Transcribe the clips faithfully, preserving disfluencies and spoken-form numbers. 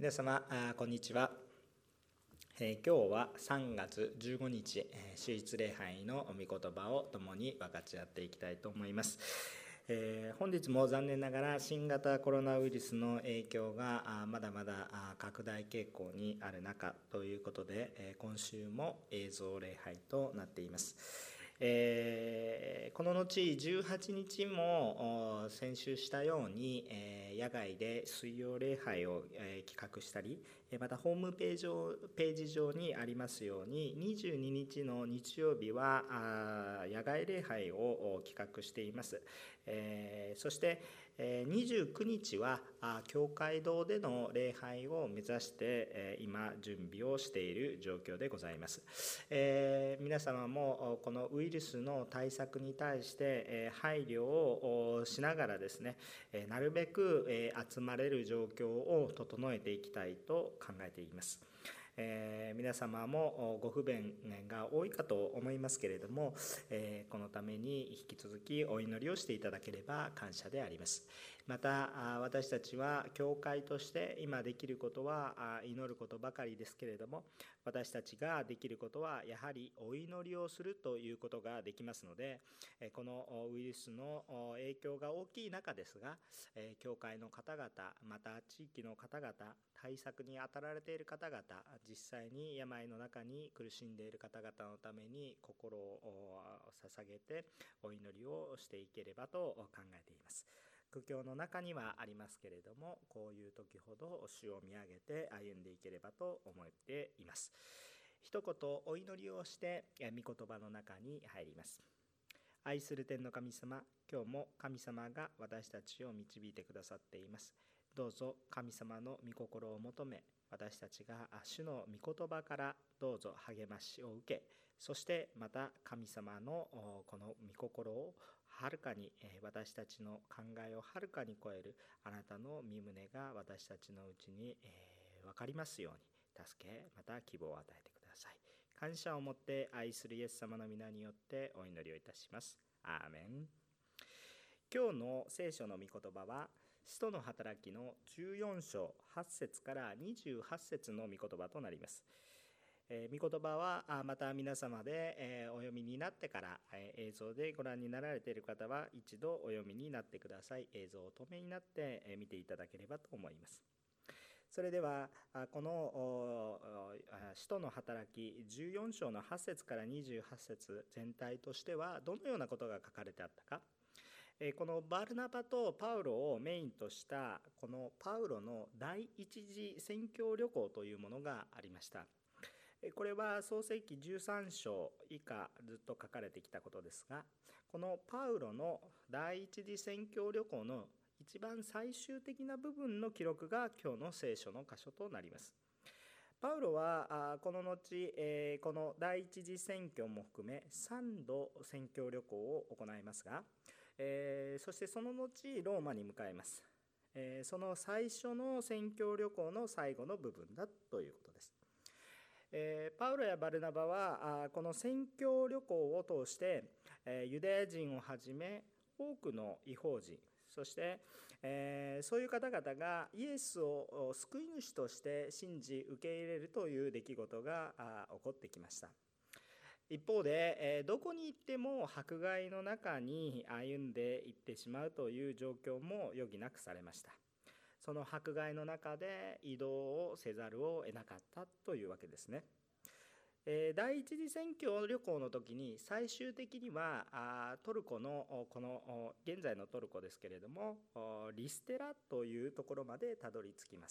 皆様こんにちは。えー、今日はさんがつじゅうごにち、えー、主日礼拝の御言葉を共に分かち合っていきたいと思います。えー、本日も残念ながら新型コロナウイルスの影響がまだまだ拡大傾向にある中ということで、えー、今週も映像礼拝となっています。えー、この後じゅうはちにちも先週したように、えー、野外で水曜礼拝を、えー、企画したり、またホームページ上、ページ上にありますようににじゅうににちの日曜日は野外礼拝を企画しています。えー、そしてにじゅうくにちは教会堂での礼拝を目指して今準備をしている状況でございます。えー、皆様もこのウイルスの対策に対して配慮をしながらですね、なるべく集まれる状況を整えていきたいと考えています。えー、皆様もご不便が多いかと思いますけれども、えー、このために引き続きお祈りをしていただければ感謝であります。また私たちは教会として今できることは祈ることばかりですけれども、私たちができることはやはりお祈りをするということができますので、このウイルスの影響が大きい中ですが、教会の方々、また地域の方々、対策に当たられている方々、実際に病の中に苦しんでいる方々のために心を捧げてお祈りをしていければと考えています。苦境の中にはありますけれども、こういう時ほど主を見上げて歩んでいければと思っています。一言お祈りをして御言葉の中に入ります。愛する天の神様、今日も神様が私たちを導いてくださっています。どうぞ神様の御心を求め、私たちが主の御言葉からどうぞ励ましを受け、そしてまた神様のこの御心をはるかに、私たちの考えをはるかに超えるあなたの御胸が私たちのうちに分かりますように、助けまた希望を与えてください。感謝を持って愛するイエス様の皆によってお祈りをいたします。アーメン。今日の聖書の御言葉は使徒の働きのじゅうよんしょうはちせつからにじゅうはちせつの御言葉となります。えー、御言葉はまた皆様で、えー、お読みになってから、えー、映像でご覧になられている方は一度お読みになってください。映像を止めになって、えー、見ていただければと思います。それではこの使徒の働きじゅうよんしょうのはちせつからにじゅうはちせつ全体としてはどのようなことが書かれてあったか、このバルナバとパウロをメインとしたこのパウロの第一次宣教旅行というものがありました。これは創世記じゅうさんしょう以下ずっと書かれてきたことですが、このパウロの第一次宣教旅行の一番最終的な部分の記録が今日の聖書の箇所となります。パウロはこの後、この第一次宣教も含めさんど宣教旅行を行いますが、そしてその後ローマに向かいます。その最初の宣教旅行の最後の部分だということです。パウロやバルナバはこの宣教旅行を通してユダヤ人をはじめ多くの異邦人、そして、えー、そういう方々がイエスを救い主として信じ受け入れるという出来事が起こってきました。一方で、えー、どこに行っても迫害の中に歩んでいってしまうという状況も余儀なくされました。その迫害の中で移動をせざるを得なかったというわけですね。第一次宣教旅行の時に最終的にはトルコのこの現在のトルコですけれどもリステラというところまでたどり着きます。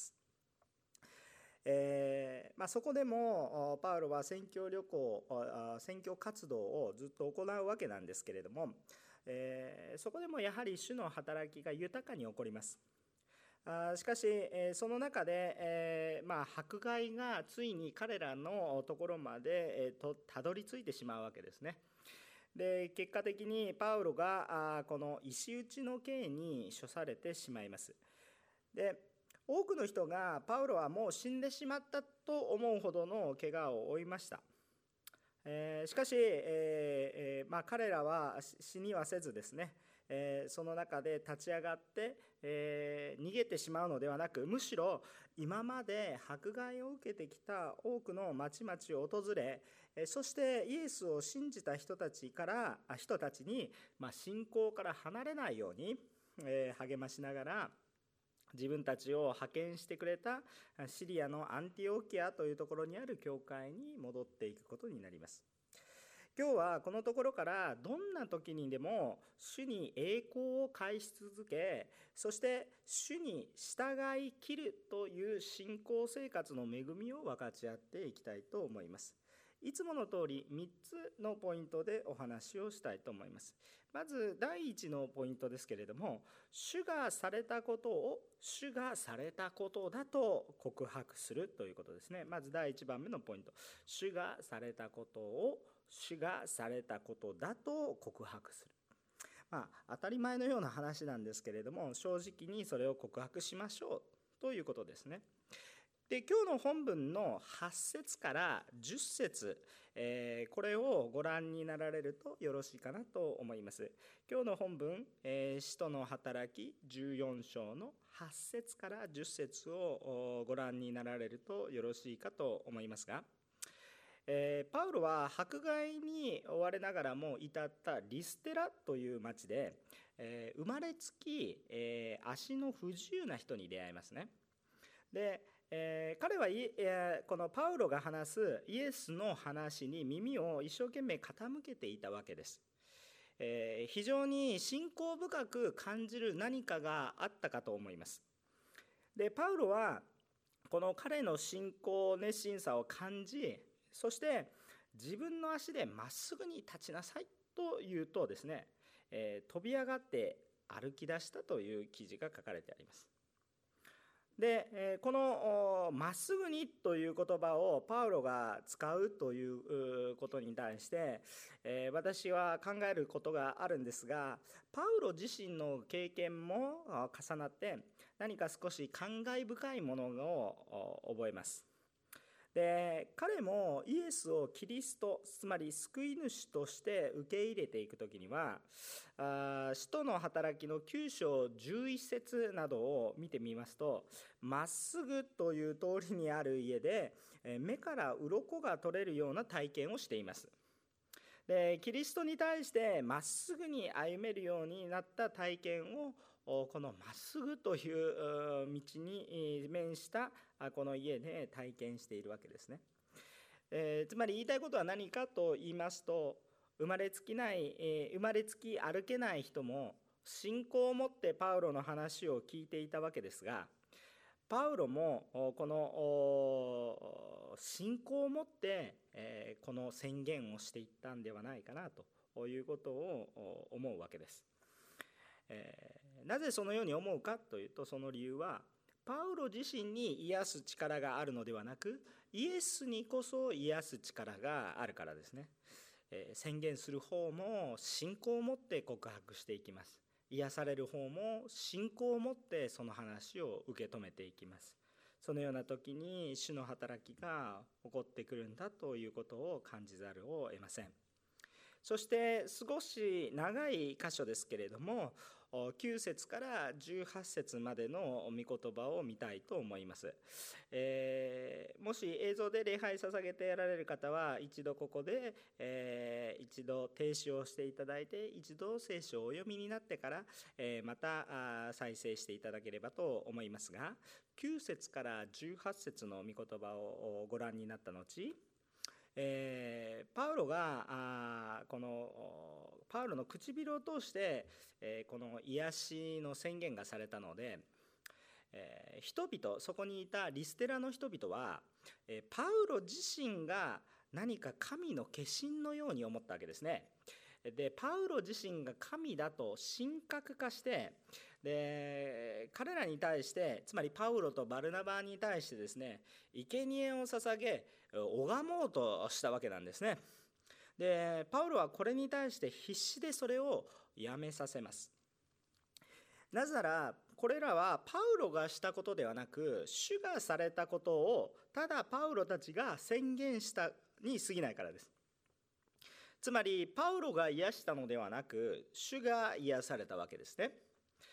えーまあ、そこでもパウロは宣教旅行宣教活動をずっと行うわけなんですけれども、えー、そこでもやはり主の働きが豊かに起こります。しかしその中で、えーまあ、迫害がついに彼らのところまで、えー、とたどり着いてしまうわけですね。で結果的にパウロがあこの石打ちの刑に処されてしまいます。で多くの人がパウロはもう死んでしまったと思うほどの怪我を負いました。えー、しかし、えーまあ、彼らは死にはせずですね、えー、その中で立ち上がって、えー、逃げてしまうのではなく、むしろ今まで迫害を受けてきた多くの町々を訪れ、そしてイエスを信じた人たちから人たちに、まあ、信仰から離れないように励ましながら、自分たちを派遣してくれたシリアのアンティオキアというところにある教会に戻っていくことになります。今日はこのところからどんな時にでも主に栄光を返し続け、そして主に従い切るという信仰生活の恵みを分かち合っていきたいと思います。いつもの通りみっつのポイントでお話をしたいと思います。まず第一のポイントですけれども、主がされたことを主がされたことだと告白するということですね。まず第一番目のポイント、主がされたことを主がされたことだと告白する。まあ当たり前のような話なんですけれども、正直にそれを告白しましょうということですね。で、今日の本文のはち節からじゅっ節、えー、これをご覧になられるとよろしいかなと思います。今日の本文、えー、使徒の働きじゅうよん章のはち節からじゅっ節をご覧になられるとよろしいかと思いますが、えー、パウロは迫害に追われながらも至ったリステラという町で、えー、生まれつき、えー、足の不自由な人に出会いますね。でえー、彼は、えー、このパウロが話すイエスの話に耳を一生懸命傾けていたわけです。えー、非常に信仰深く感じる何かがあったかと思います。で、パウロはこの彼の信仰熱心さを感じ、そして自分の足でまっすぐに立ちなさいと言うとですね、えー、飛び上がって歩き出したという記事が書かれてあります。で、このまっすぐにという言葉をパウロが使うということに対して私は考えることがあるんですが、パウロ自身の経験も重なって何か少し感慨深いものを覚えます。で、彼もイエスをキリスト、つまり救い主として受け入れていくときには、あ使徒の働きのきゅう章じゅういち節などを見てみますと、まっすぐという通りにある家で目から鱗が取れるような体験をしています。で、キリストに対してまっすぐに歩めるようになった体験をこのまっすぐという道に面したこの家で体験しているわけですね。えー、つまり言いたいことは何かと言いますと、生まれつきない、えー、生まれつき歩けない人も信仰を持ってパウロの話を聞いていたわけですが、パウロもこの信仰を持ってこの宣言をしていったんではないかなということを思うわけです。えー、なぜそのように思うかというと、その理由はパウロ自身に癒す力があるのではなく、イエスにこそ癒す力があるからですね。えー、宣言する方も信仰を持って告白していきます。癒される方も信仰を持ってその話を受け止めていきます。そのような時に主の働きが起こってくるんだということを感じざるを得ません。そして少し長い箇所ですけれども、きゅう節からじゅうはち節までの御言葉を見たいと思います。えー、もし映像で礼拝捧げてやられる方は一度ここで、えー、一度停止をしていただいて、一度聖書をお読みになってから、えー、また再生していただければと思いますが、きゅう節からじゅうはち節の御言葉をご覧になった後、えー、パウロがあこのパウロの唇を通して、えー、この癒しの宣言がされたので、えー、人々、そこにいたリステラの人々は、えー、パウロ自身が何か神の化身のように思ったわけですね。で、パウロ自身が神だと神格化して、で彼らに対して、つまりパウロとバルナバに対してですね、生贄を捧げ拝もうとしたわけなんですね。で、パウロはこれに対して必死でそれをやめさせます。なぜならこれらはパウロがしたことではなく、主がされたことをただパウロたちが宣言したに過ぎないからです。つまりパウロが癒したのではなく、主が癒されたわけですね。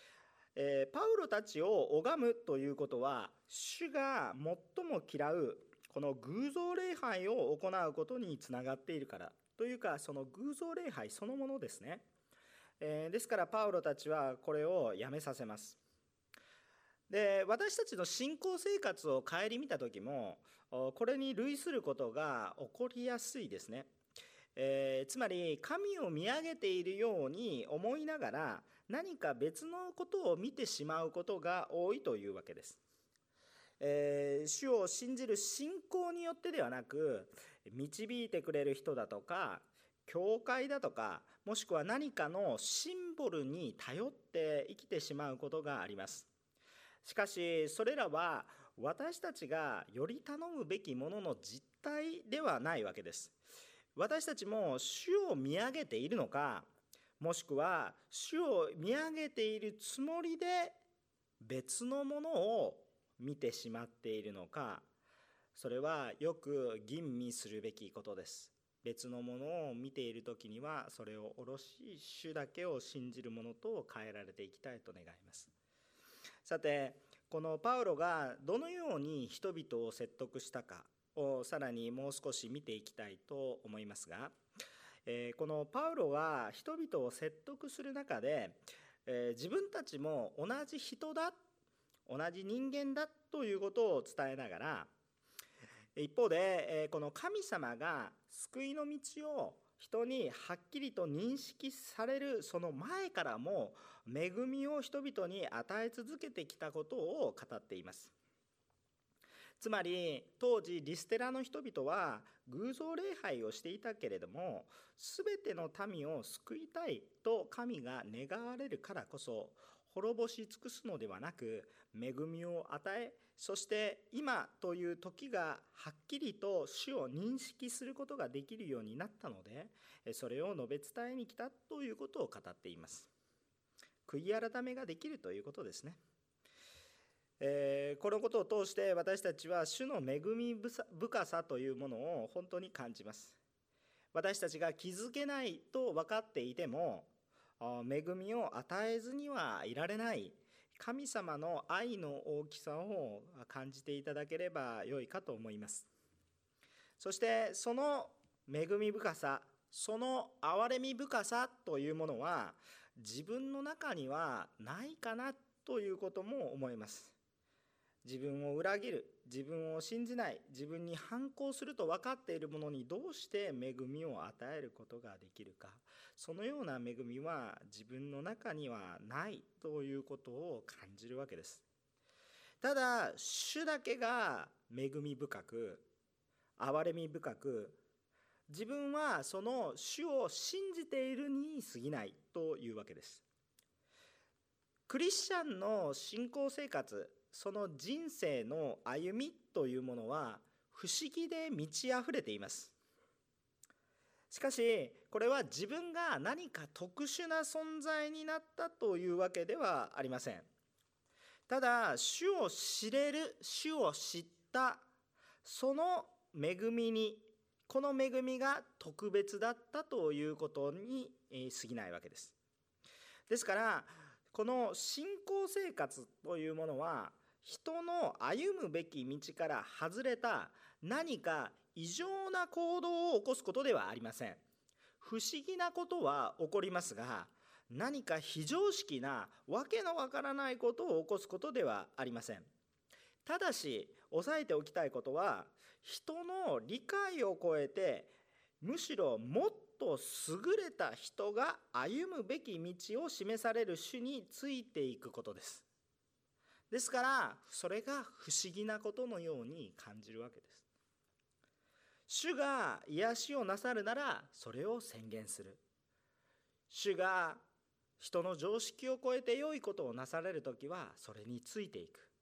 えーパウロたちを拝むということは、主が最も嫌うこの偶像礼拝を行うことにつながっているからというか、その偶像礼拝そのものですね。えーですからパウロたちはこれをやめさせます。で、私たちの信仰生活を顧みた時も、これに類することが起こりやすいですね。えーつまり神を見上げているように思いながら、何か別のことを見てしまうことが多いというわけです。えー主を信じる信仰によってではなく、導いてくれる人だとか教会だとか、もしくは何かのシンボルに頼って生きてしまうことがあります。しかしそれらは私たちがより頼むべきものの実態ではないわけです。私たちも主を見上げているのか、もしくは主を見上げているつもりで別のものを見てしまっているのか、それはよく吟味するべきことです。別のものを見ているときには、それを下ろし、主だけを信じるものと変えられていきたいと願います。さて、このパウロがどのように人々を説得したかをさらにもう少し見ていきたいと思いますが、えーこのパウロは人々を説得する中で、えー自分たちも同じ人だ、同じ人間だということを伝えながら、一方で、えーこの神様が救いの道を人にはっきりと認識されるその前からも恵みを人々に与え続けてきたことを語っています。つまり当時リステラの人々は偶像礼拝をしていたけれども、すべての民を救いたいと神が願われるからこそ、滅ぼし尽くすのではなく恵みを与え、そして今という時がはっきりと主を認識することができるようになったので、それを述べ伝えに来たということを語っています。悔い改めができるということですね。えーこのことを通して私たちは主の恵み深さというものを本当に感じます。私たちが気づけないと分かっていても、あ恵みを与えずにはいられない神様の愛の大きさを感じていただければ良いかと思います。そしてその恵み深さ、その憐れみ深さというものは自分の中にはないかなということも思います。自分を裏切る、自分を信じない、自分に反抗すると分かっているものにどうして恵みを与えることができるか、そのような恵みは自分の中にはないということを感じるわけです。ただ主だけが恵み深く、憐れみ深く、自分はその主を信じているに過ぎないというわけです。クリスチャンの信仰生活、その人生の歩みというものは不思議で満ち溢れています。しかしこれは自分が何か特殊な存在になったというわけではありません。ただ主を知れる、主を知ったその恵みに、この恵みが特別だったということに過ぎないわけです。ですからこの信仰生活というものは人の歩むべき道から外れた何か異常な行動を起こすことではありません。不思議なことは起こりますが、何か非常識なわけのわからないことを起こすことではありません。ただし押さえておきたいことは、人の理解を超えて、むしろもっと優れた人が歩むべき道を示される主についていくことです。ですからそれが不思議なことのように感じるわけです。主が癒しをなさるならそれを宣言する。主が人の常識を超えて良いことをなされるときはそれについていく。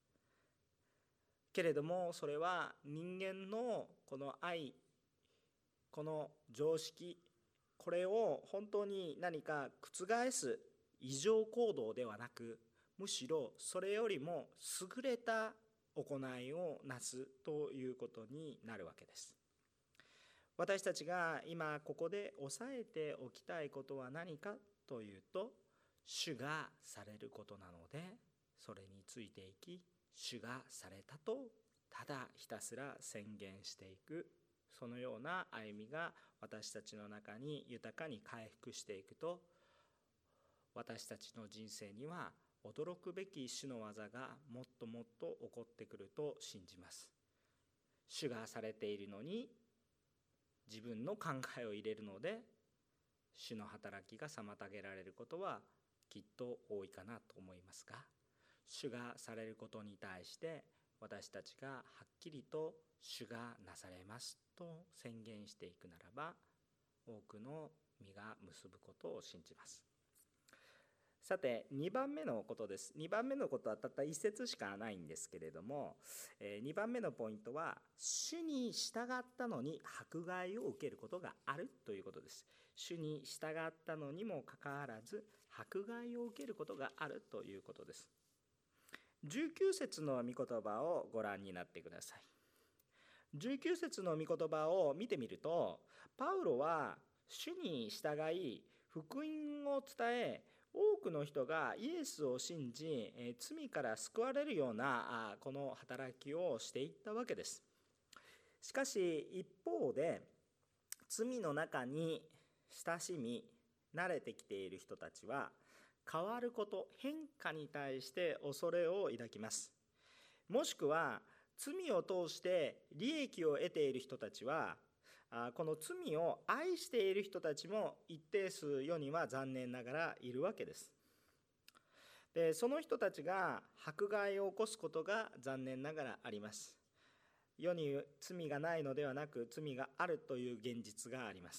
けれどもそれは人間のこの愛、この常識、これを本当に何か覆す異常行動ではなく、むしろそれよりも優れた行いをなすということになるわけです。私たちが今ここで押さえておきたいことは何かというと、 主がされることなので、それについていき、主がされたとただひたすら宣言していく、そのような歩みが私たちの中に豊かに回復していくと、私たちの人生には驚くべき主の技がもっともっと起こってくると信じます。主がされているのに自分の考えを入れるので、主の働きが妨げられることはきっと多いかなと思いますが、主がされることに対して私たちがはっきりと主がなされますと宣言していくならば、多くの実が結ぶことを信じます。さてにばんめのことです。にばんめのことはたった一節しかないんですけれども、にばんめのポイントは、主に従ったのに迫害を受けることがあるということです。主に従ったのにもかかわらず迫害を受けることがあるということです。じゅうきゅう節の御言葉をご覧になってください。じゅうきゅう節の御言葉を見てみると、パウロは主に従い福音を伝え、多くの人がイエスを信じ、罪から救われるようなこの働きをしていったわけです。しかし一方で、罪の中に親しみ慣れてきている人たちは、変わること、変化に対して恐れを抱きます。もしくは罪を通して利益を得ている人たちは、この罪を愛している人たちも一定数世には残念ながらいるわけです。で、その人たちが迫害を起こすことが残念ながらあります。世に罪がないのではなく、罪があるという現実があります。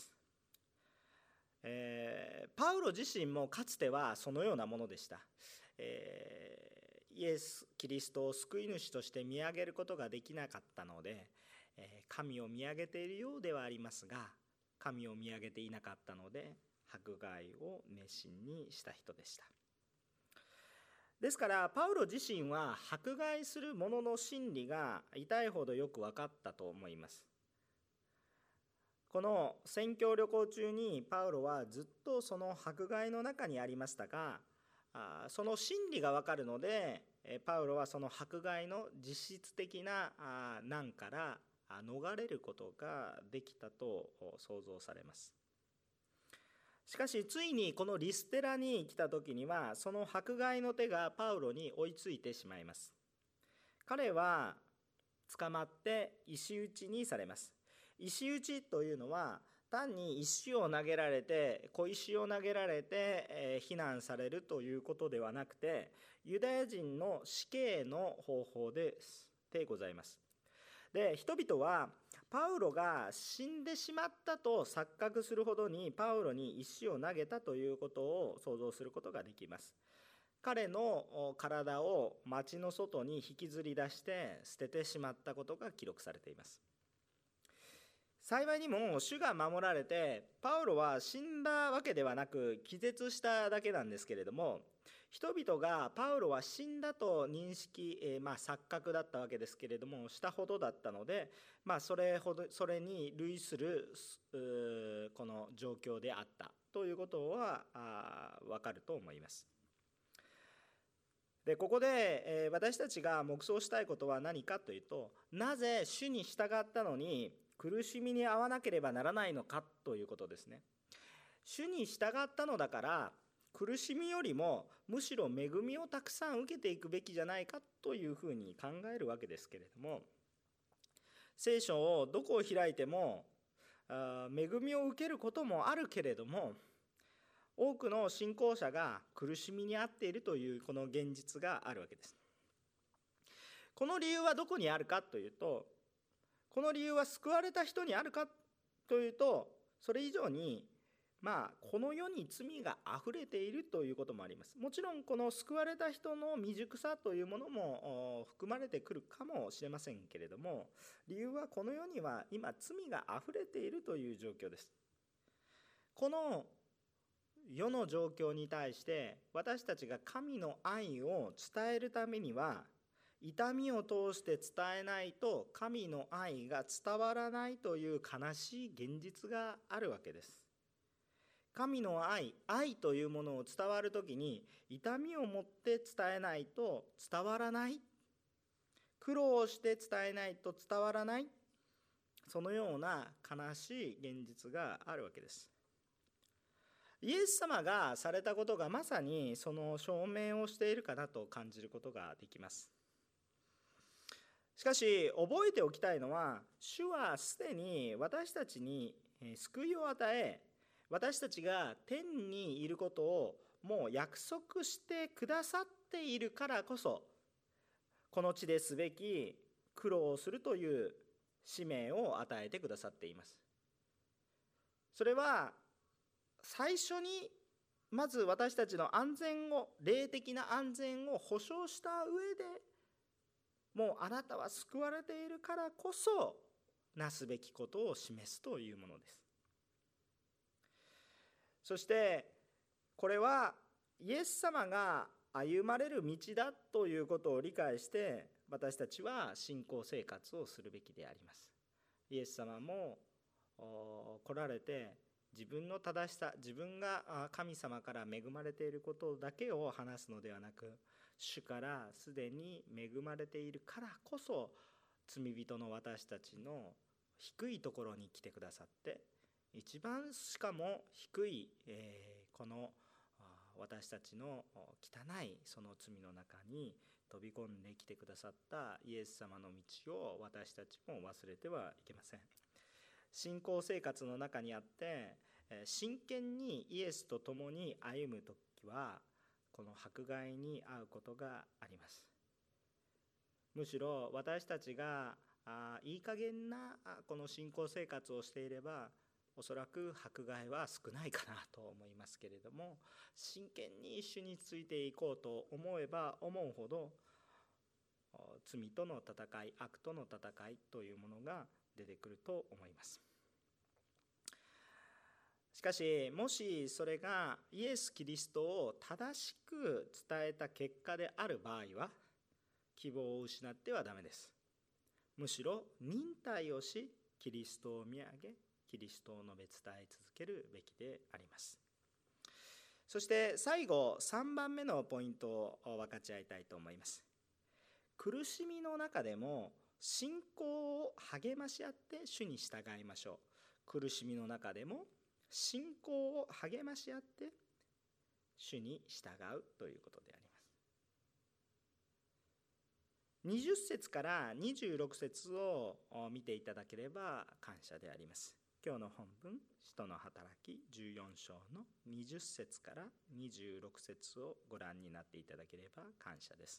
えー、パウロ自身もかつてはそのようなものでした。えー、イエス・キリストを救い主として見上げることができなかったので、神を見上げているようではありますが、神を見上げていなかったので迫害を熱心にした人でした。ですからパウロ自身は迫害する者の心理が痛いほどよく分かったと思います。この宣教旅行中にパウロはずっとその迫害の中にありましたが、その心理が分かるので、パウロはその迫害の実質的な難から逃れることができたと想像されます。しかしついにこのリステラに来た時には、その迫害の手がパウロに追いついてしまいます。彼は捕まって石打ちにされます。石打ちというのは単に石を投げられて小石を投げられて非難されるということではなくて、ユダヤ人の死刑の方法でございます。で、人々はパウロが死んでしまったと錯覚するほどにパウロに石を投げたということを想像することができます。彼の体を町の外に引きずり出して捨ててしまったことが記録されています。幸いにも主が守られて、パウロは死んだわけではなく気絶しただけなんですけれども、人々がパウロは死んだと認識、えー、まあ錯覚だったわけですけれども、したほどだったので、まあ、それほどそれに類するこの状況であったということはあ分かると思います。で、ここで、えー、私たちが黙想したいことは何かというと、なぜ主に従ったのに苦しみに遭わなければならないのかということですね。主に従ったのだから苦しみよりもむしろ恵みをたくさん受けていくべきじゃないかというふうに考えるわけですけれども、聖書をどこを開いても恵みを受けることもあるけれども、多くの信仰者が苦しみに遭っているというこの現実があるわけです。この理由はどこにあるかというと、この理由は救われた人にあるかというと、それ以上にまあこの世に罪があふれているということもあります。もちろんこの救われた人の未熟さというものも含まれてくるかもしれませんけれども、理由はこの世には今罪があふれているという状況です。この世の状況に対して私たちが神の愛を伝えるためには、痛みを通して伝えないと神の愛が伝わらないという悲しい現実があるわけです。 神の愛、愛というものを伝わるときに痛みを持って伝えないと伝わらない、苦労して伝えないと伝わらない、そのような悲しい現実があるわけです。イエス様がされたことがまさにその証明をしているかなと感じることができます。しかし覚えておきたいのは、主はすでに私たちに救いを与え、私たちが天にいることをもう約束してくださっているからこそ、この地ですべき苦労をするという使命を与えてくださっています。それは最初にまず私たちの安全を、霊的な安全を保証した上で、もうあなたは救われているからこそなすべきことを示すというものです。そしてこれはイエス様が歩まれる道だということを理解して、私たちは信仰生活をするべきであります。イエス様も来られて、自分の正しさ、自分が神様から恵まれていることだけを話すのではなく、主からすでに恵まれているからこそ、罪人の私たちの低いところに来てくださって、一番しかも低い、えー、この私たちの汚いその罪の中に飛び込んできてくださったイエス様の道を私たちも忘れてはいけません。信仰生活の中にあって、真剣にイエスと共に歩むときは、この迫害に遭うことがあります。むしろ私たちがあいい加減なこの信仰生活をしていれば、おそらく迫害は少ないかなと思いますけれども、真剣に主についていこうと思えば思うほど、罪との戦い、悪との戦いというものが出てくると思います。しかし、もしそれがイエス・キリストを正しく伝えた結果である場合は、希望を失ってはダメです。むしろ忍耐をし、キリストを見上げ、キリストを述べ伝え続けるべきであります。そして最後、さんばんめのポイントを分かち合いたいと思います。苦しみの中でも信仰を励まし合って主に従いましょう。苦しみの中でも信仰を励まし合って主に従うということであります。にじゅっ節からにじゅうろく節を見ていただければ感謝であります。今日の本文、使徒の働きじゅうよん章のにじゅっ節からにじゅうろく節をご覧になっていただければ感謝です。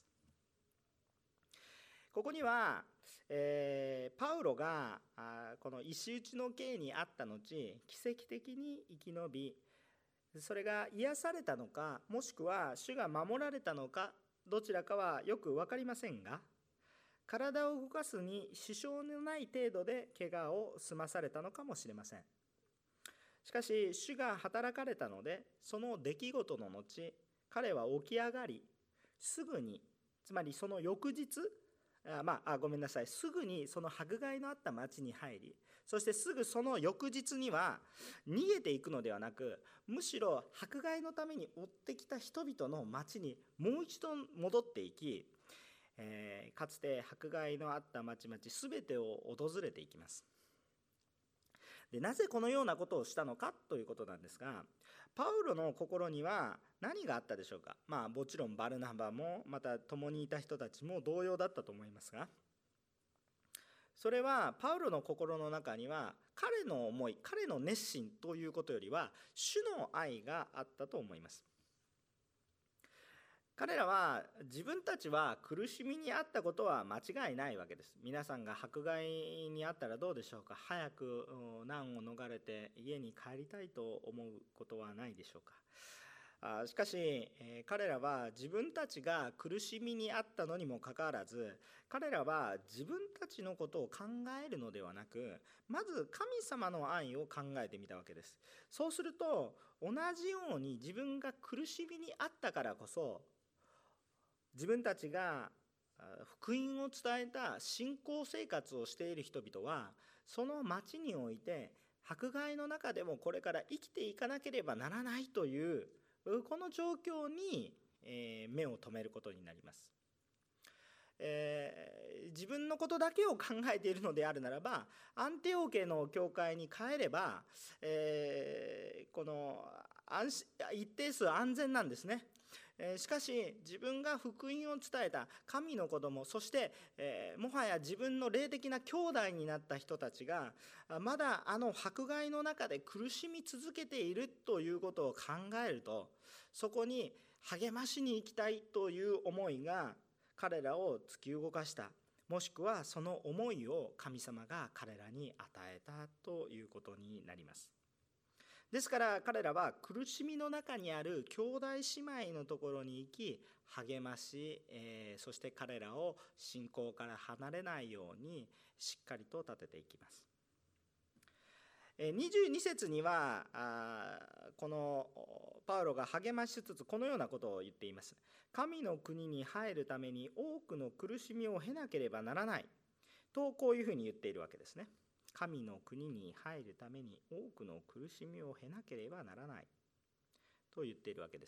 ここには、えー、パウロがあこの石打ちの刑にあった後、奇跡的に生き延び、それが癒されたのか、もしくは主が守られたのか、どちらかはよく分かりませんが、体を動かすに支障のない程度で怪我を済まされたのかもしれません。しかし主が働かれたので、その出来事の後、彼は起き上がり、すぐに、つまりその翌日、あまあ、あごめんなさいすぐにその迫害のあった町に入り、そしてすぐその翌日には逃げていくのではなく、むしろ迫害のために追ってきた人々の町にもう一度戻っていき、えー、かつて迫害のあった町々すべてを訪れていきます。でなぜこのようなことをしたのかということなんですが、パウロの心には何があったでしょうか。まあもちろんバルナバもまた共にいた人たちも同様だったと思いますが、それはパウロの心の中には彼の思い、彼の熱心ということよりは主の愛があったと思います。彼らは自分たちは苦しみにあったことは間違いないわけです。皆さんが迫害にあったらどうでしょうか。早く難を逃れて家に帰りたいと思うことはないでしょうか。しかし彼らは自分たちが苦しみにあったのにもかかわらず、彼らは自分たちのことを考えるのではなく、まず神様の愛を考えてみたわけです。そうすると同じように自分が苦しみにあったからこそ、自分たちが福音を伝えた信仰生活をしている人々は、その町において迫害の中でもこれから生きていかなければならないというこの状況に目を留めることになります。えー、自分のことだけを考えているのであるならば、アンテオケの教会に帰れば、えー、この安一定数安全なんですね。しかし自分が福音を伝えた神の子供、そして、えー、もはや自分の霊的な兄弟になった人たちがまだあの迫害の中で苦しみ続けているということを考えると、そこに励ましに行きたいという思いが彼らを突き動かした、もしくはその思いを神様が彼らに与えたということになります。ですから彼らは苦しみの中にある兄弟姉妹のところに行き励まし、えー、そして彼らを信仰から離れないようにしっかりと立てていきます。にじゅうに節にはあこのパウロが励ましつつこのようなことを言っています。神の国に入るために多くの苦しみを経なければならないと、こういうふうに言っているわけですね。神の国に入るために多くの苦しみを経なければならないと言っているわけです。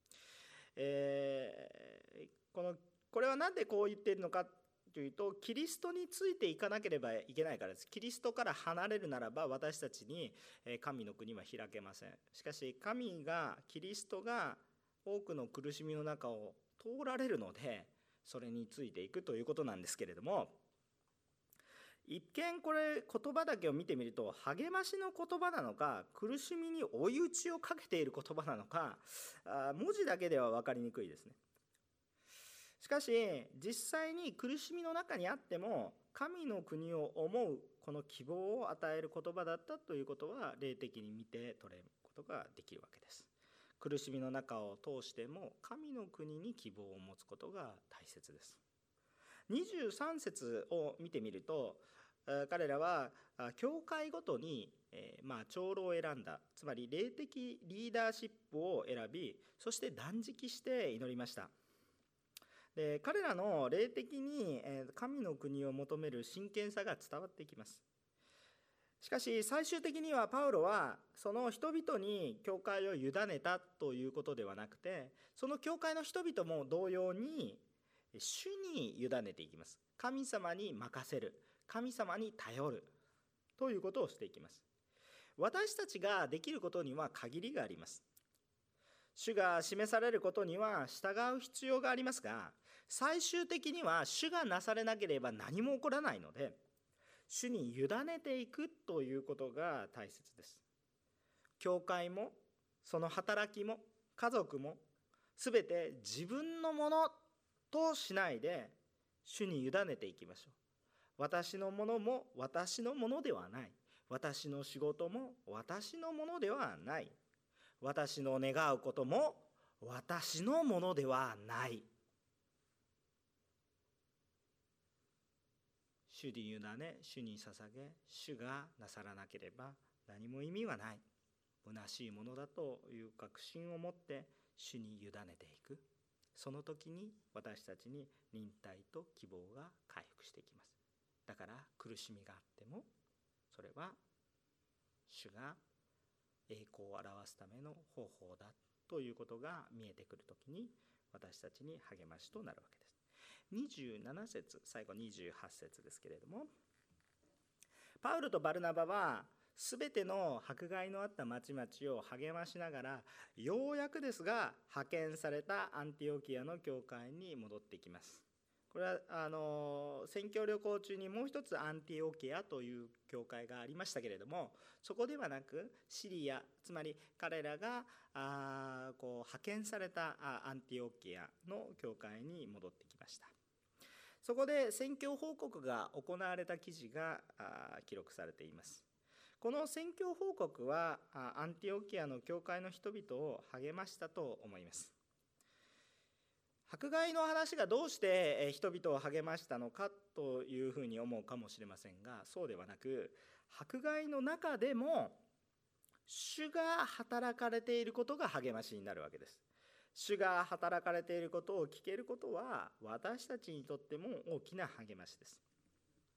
えー、このこれは何でこう言っているのかというと、キリストについていかなければいけないからです。キリストから離れるならば私たちに神の国は開けません。しかし神が、キリストが多くの苦しみの中を通られるので、それについていくということなんですけれども、一見これ言葉だけを見てみると励ましの言葉なのか苦しみに追い打ちをかけている言葉なのか、文字だけでは分かりにくいですね。しかし実際に苦しみの中にあっても神の国を思うこの希望を与える言葉だったということは霊的に見て取れることができるわけです。苦しみの中を通しても神の国に希望を持つことが大切です。にじゅうさん節を見てみると、彼らは教会ごとに、えー、まあ長老を選んだ、つまり霊的リーダーシップを選び、そして断食して祈りました。で彼らの霊的に神の国を求める真剣さが伝わってきます。しかし最終的にはパウロはその人々に教会を委ねたということではなくて、その教会の人々も同様に主に委ねていきます。神様に任せる、神様に頼るということをしていきます。私たちができることには限りがあります。主が示されることには従う必要がありますが、最終的には主がなされなければ何も起こらないので、主に委ねていくということが大切です。教会もその働きも家族もすべて自分のものとしないで主に委ねていきましょう。私のものも私のものではない。私の仕事も私のものではない。私の願うことも私のものではない。主に委ね、主に捧げ、主がなさらなければ何も意味はない。虚しいものだという確信を持って主に委ねていく。その時に私たちに忍耐と希望が回復していきます。だから苦しみがあってもそれは主が栄光を表すための方法だということが見えてくるときに私たちに励ましとなるわけです。にじゅうなな節、最後にじゅうはち節ですけれども、パウロとバルナバはすべての迫害のあった町々を励ましながら、ようやくですが派遣されたアンティオキアの教会に戻ってきます。これはあの宣教旅行中にもう一つアンティオキアという教会がありましたけれども、そこではなくシリア、つまり彼らがあこう派遣されたアンティオキアの教会に戻ってきました。そこで宣教報告が行われた記事が記録されています。この宣教報告はアンティオキアの教会の人々を励ましたと思います。迫害の話がどうして人々を励ましたのかというふうに思うかもしれませんが、そうではなく、迫害の中でも主が働かれていることが励ましになるわけです。主が働かれていることを聞けることは私たちにとっても大きな励ましです。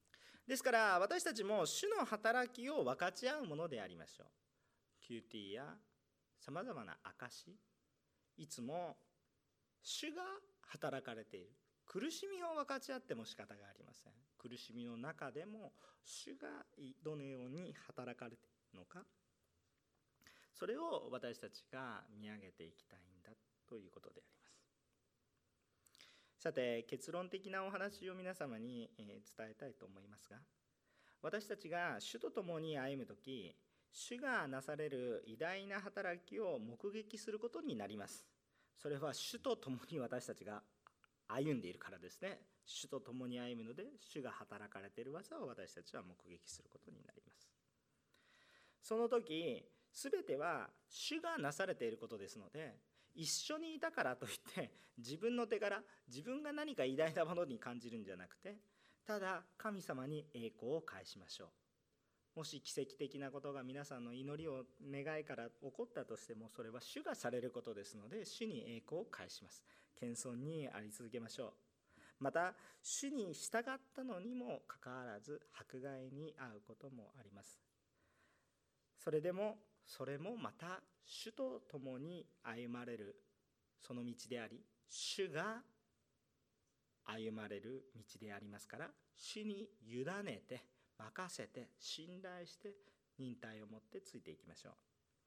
ですから私たちも主の働きを分かち合うものでありましょう。キューティーやさまざまな証、いつも主が働かれている。苦しみを分かち合っても仕方がありません。苦しみの中でも主がどのように働かれているのか、それを私たちが見上げていきたいんだということであります。さて、結論的なお話を皆様に伝えたいと思いますが、私たちが主と共に歩むとき、主がなされる偉大な働きを目撃することになります。それは主と共に私たちが歩んでいるからですね。主と共に歩むので、主が働かれている技を私たちは目撃することになります。その時、すべては主がなされていることですので、一緒にいたからといって自分の手から自分が何か偉大なものに感じるんじゃなくて、ただ神様に栄光を返しましょう。もし奇跡的なことが皆さんの祈りを願いから起こったとしても、それは主がされることですので、主に栄光を返します。謙遜にあり続けましょう。また主に従ったのにもかかわらず迫害に遭うこともあります。それでもそれもまた主と共に歩まれるその道であり、主が歩まれる道でありますから、主に委ねて任せて信頼して忍耐を持ってついていきましょう。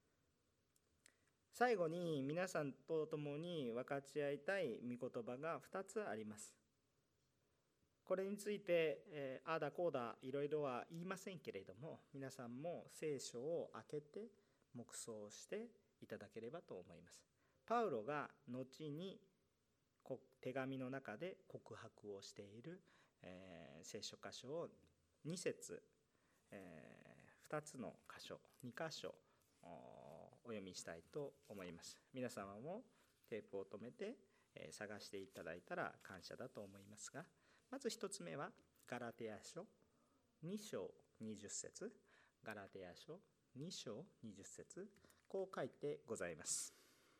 最後に皆さんと共に分かち合いたい御言葉がふたつあります。これについて、えー、ああだこうだいろいろは言いませんけれども、皆さんも聖書を開けて黙想していただければと思います。パウロが後に手紙の中で告白をしている、えー、聖書箇所をに節、えー、ふたつの箇所に箇所お読みしたいと思います。皆様もテープを止めて、えー、探していただいたら感謝だと思いますが、まず一つ目はガラテヤ書に章にじゅっ節、ガラテヤ書に章にじゅっ節、こう書いてございます。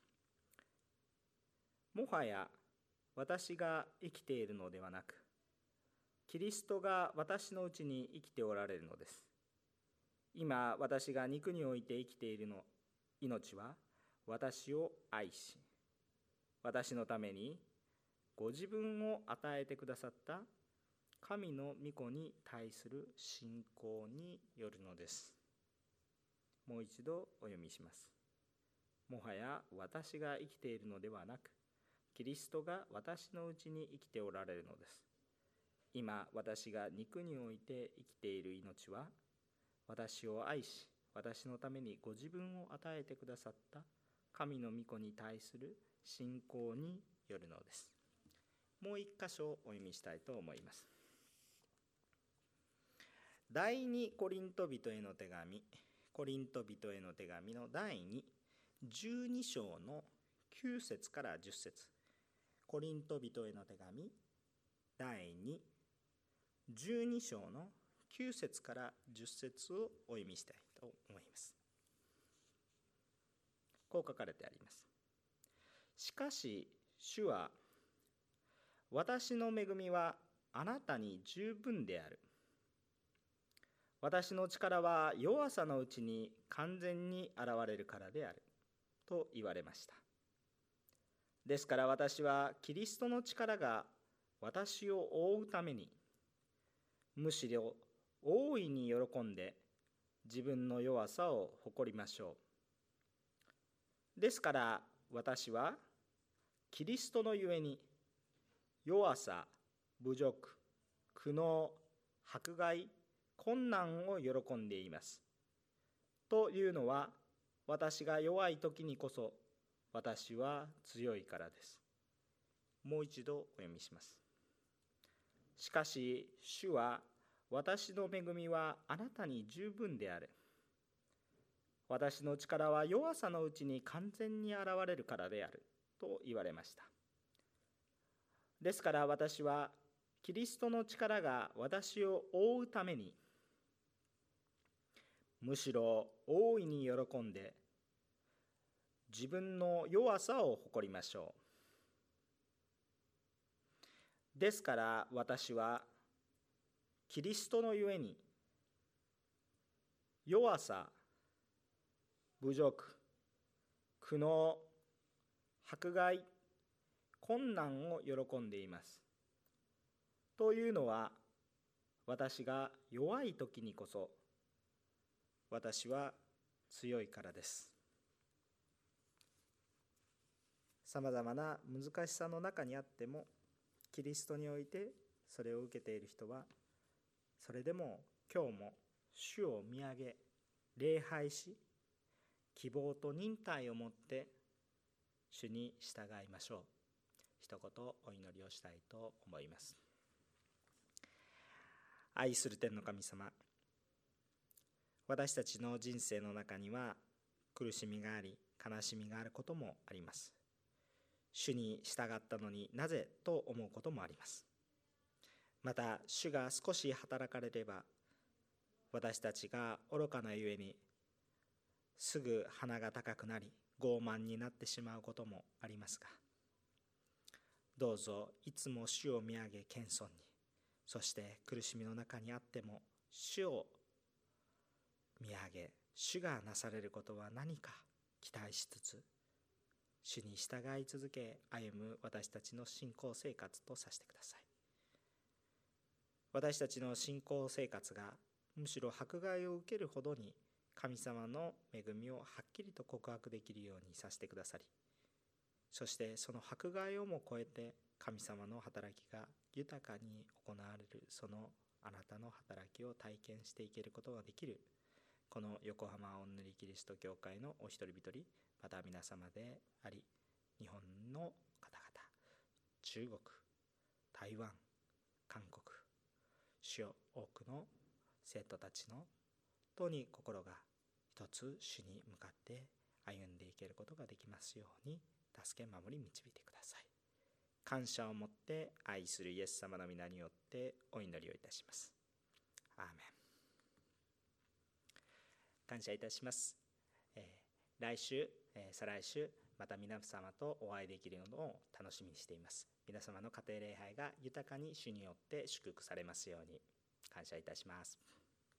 もはや私が生きているのではなく、キリストが私のうちに生きておられるのです。今私が肉において生きているの命は、私を愛し私のためにご自分を与えてくださった神の御子に対する信仰によるのです。もう一度お読みします。もはや私が生きているのではなく、キリストが私のうちに生きておられるのです。今私が肉において生きている命は、私を愛し私のためにご自分を与えてくださった神の御子に対する信仰によるのです。もう一箇所お読みしたいと思います。第二コリント人への手紙、コリント人への手紙の第二、じゅうに章のきゅう節からじゅっ節、コリント人への手紙第二、じゅうに章のきゅう節からじゅっ節をお読みしたいと思います。こう書かれてあります。しかし主は、私の恵みはあなたに十分である。私の力は弱さのうちに完全に現れるからであると言われました。ですから私はキリストの力が私を覆うために、むしろ大いに喜んで自分の弱さを誇りましょう。ですから私はキリストのゆえに弱さ、侮辱、苦悩、迫害、困難を喜んでいます。というのは、私が弱い時にこそ私は強いからです。もう一度お読みします。しかし主は、私の恵みはあなたに十分である。私の力は弱さのうちに完全に現れるからであると言われました。ですから私はキリストの力が私を覆うために、むしろ大いに喜んで自分の弱さを誇りましょう。ですから私はキリストのゆえに弱さ、侮辱、苦悩、迫害、困難を喜んでいます。というのは、私が弱い時にこそ私は強いからです。さまざまな難しさの中にあっても、キリストにおいてそれを受けている人は、それでも今日も主を見上げ礼拝し、希望と忍耐を持って主に従いましょう。一言お祈りをしたいと思います。愛する天の神様、私たちの人生の中には苦しみがあり、悲しみがあることもあります。主に従ったのになぜと思うこともあります。また主が少し働かれれば、私たちが愚かなゆえにすぐ鼻が高くなり傲慢になってしまうこともありますが、どうぞいつも主を見上げ謙遜に、そして苦しみの中にあっても主を見上げ、主がなされることは何か期待しつつ、主に従い続け歩む私たちの信仰生活とさせてください。私たちの信仰生活がむしろ迫害を受けるほどに神様の恵みをはっきりと告白できるようにさせてくださり、そしてその迫害をも超えて神様の働きが豊かに行われる、そのあなたの働きを体験していけることができる、この横浜おんぬりキリスト教会のお一人一人、また皆様であり、日本の方々、中国、台湾、韓国、主よ、多くの生徒たちのとに心が一つ主に向かって歩んでいけることができますように、助け守り導いてください。感謝を持って愛するイエス様の皆によってお祈りをいたします。アーメン。感謝いたします。えー、来週、えー、再来週また皆様とお会いできるのを楽しみにしています。皆様の家庭礼拝が豊かに主によって祝福されますように感謝いたします。